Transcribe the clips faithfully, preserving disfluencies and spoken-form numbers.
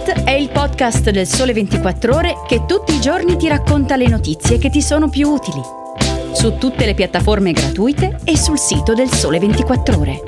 Start è il podcast del Sole ventiquattro Ore che tutti i giorni ti racconta le notizie che ti sono più utili. Su tutte le piattaforme gratuite e sul sito del Sole ventiquattro Ore.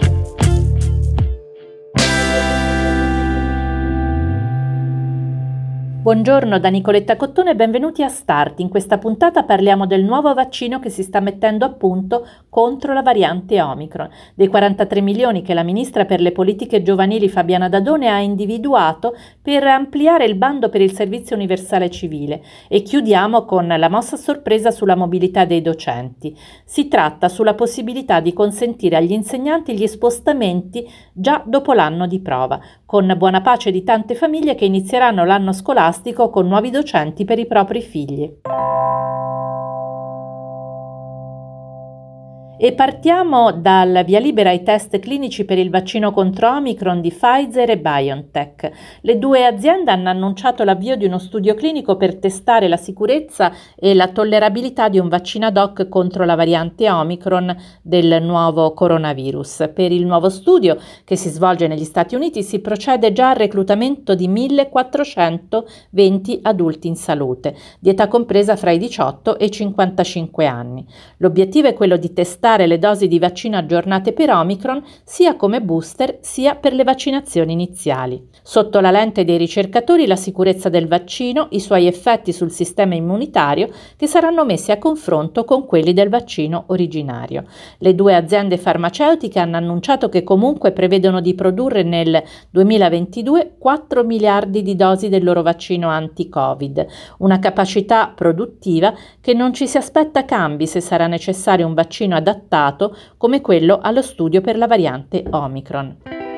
Buongiorno da Nicoletta Cottone e benvenuti a Start. In questa puntata parliamo del nuovo vaccino che si sta mettendo a punto contro la variante Omicron. Dei quarantatré milioni che la ministra per le politiche giovanili Fabiana Dadone ha individuato per ampliare il bando per il servizio universale civile. E chiudiamo con la mossa a sorpresa sulla mobilità dei docenti. Si tratta sulla possibilità di consentire agli insegnanti gli spostamenti già dopo l'anno di prova, con buona pace di tante famiglie che inizieranno l'anno scolastico con nuovi docenti per i propri figli. E partiamo dal via libera ai test clinici per il vaccino contro Omicron di Pfizer e BioNTech. Le due aziende hanno annunciato l'avvio di uno studio clinico per testare la sicurezza e la tollerabilità di un vaccino ad hoc contro la variante Omicron del nuovo coronavirus. Per il nuovo studio, che si svolge negli Stati Uniti, si procede già al reclutamento di millequattrocentoventi adulti in salute, di età compresa fra i diciotto e i cinquantacinque anni. L'obiettivo è quello di testare le dosi di vaccino aggiornate per Omicron sia come booster sia per le vaccinazioni iniziali. Sotto la lente dei ricercatori la sicurezza del vaccino, i suoi effetti sul sistema immunitario che saranno messi a confronto con quelli del vaccino originario. Le due aziende farmaceutiche hanno annunciato che comunque prevedono di produrre nel duemilaventidue quattro miliardi di dosi del loro vaccino anti-Covid, una capacità produttiva che non ci si aspetta cambi se sarà necessario un vaccino adattato come quello allo studio per la variante Omicron.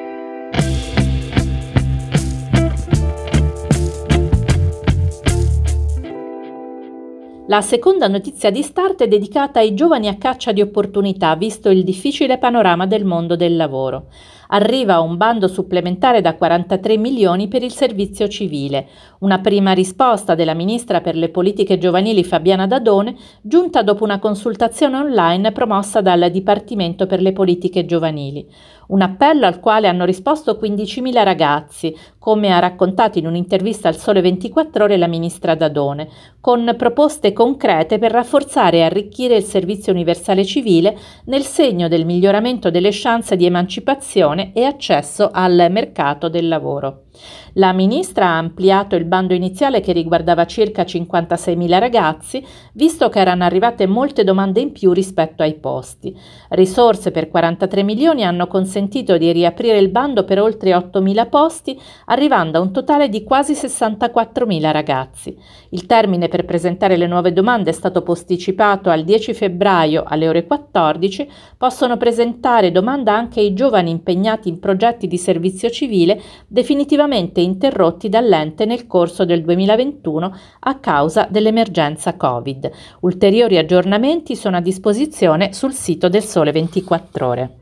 La seconda notizia di Start è dedicata ai giovani a caccia di opportunità, visto il difficile panorama del mondo del lavoro. Arriva un bando supplementare da quarantatré milioni per il servizio civile, una prima risposta della ministra per le politiche giovanili Fabiana Dadone, giunta dopo una consultazione online promossa dal Dipartimento per le politiche giovanili. Un appello al quale hanno risposto quindicimila ragazzi, come ha raccontato in un'intervista al Sole ventiquattro Ore la ministra Dadone, con proposte concrete per rafforzare e arricchire il servizio universale civile nel segno del miglioramento delle chance di emancipazione e accesso al mercato del lavoro. La ministra ha ampliato il bando iniziale che riguardava circa cinquantaseimila ragazzi, visto che erano arrivate molte domande in più rispetto ai posti. Risorse per quarantatré milioni hanno consentito di riaprire il bando per oltre ottomila posti, arrivando a un totale di quasi sessantaquattromila ragazzi. Il termine per presentare le nuove domande è stato posticipato al dieci febbraio alle ore quattordici. Possono presentare domanda anche i giovani impegnati in progetti di servizio civile definitivamente interrotti dall'ente nel corso del duemilaventuno a causa dell'emergenza Covid. Ulteriori aggiornamenti sono a disposizione sul sito del Sole ventiquattro Ore.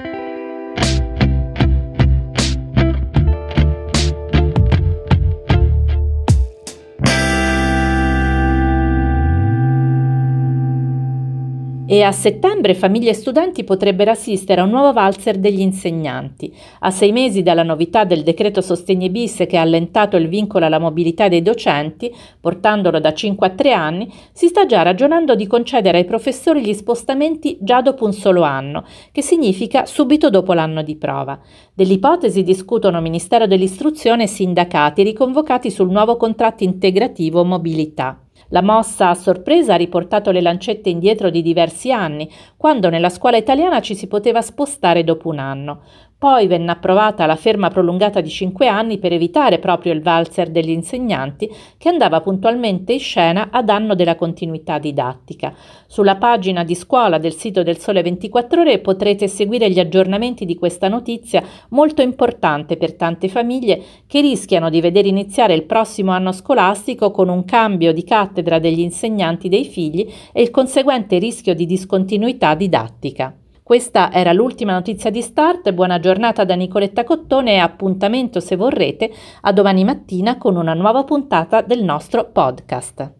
E a settembre famiglie e studenti potrebbero assistere a un nuovo valzer degli insegnanti. A sei mesi dalla novità del decreto Sostegni bis che ha allentato il vincolo alla mobilità dei docenti, portandolo da cinque a tre anni, si sta già ragionando di concedere ai professori gli spostamenti già dopo un solo anno, che significa subito dopo l'anno di prova. Dell'ipotesi discutono Ministero dell'Istruzione e sindacati riconvocati sul nuovo contratto integrativo mobilità. La mossa a sorpresa ha riportato le lancette indietro di diversi anni, quando nella scuola italiana ci si poteva spostare dopo un anno. Poi venne approvata la ferma prolungata di cinque anni per evitare proprio il valzer degli insegnanti che andava puntualmente in scena a danno della continuità didattica. Sulla pagina di scuola del sito del Sole ventiquattro Ore potrete seguire gli aggiornamenti di questa notizia molto importante per tante famiglie che rischiano di vedere iniziare il prossimo anno scolastico con un cambio di cattedra degli insegnanti dei figli e il conseguente rischio di discontinuità didattica. Questa era l'ultima notizia di Start, buona giornata da Nicoletta Cottone e appuntamento, se vorrete, a domani mattina con una nuova puntata del nostro podcast.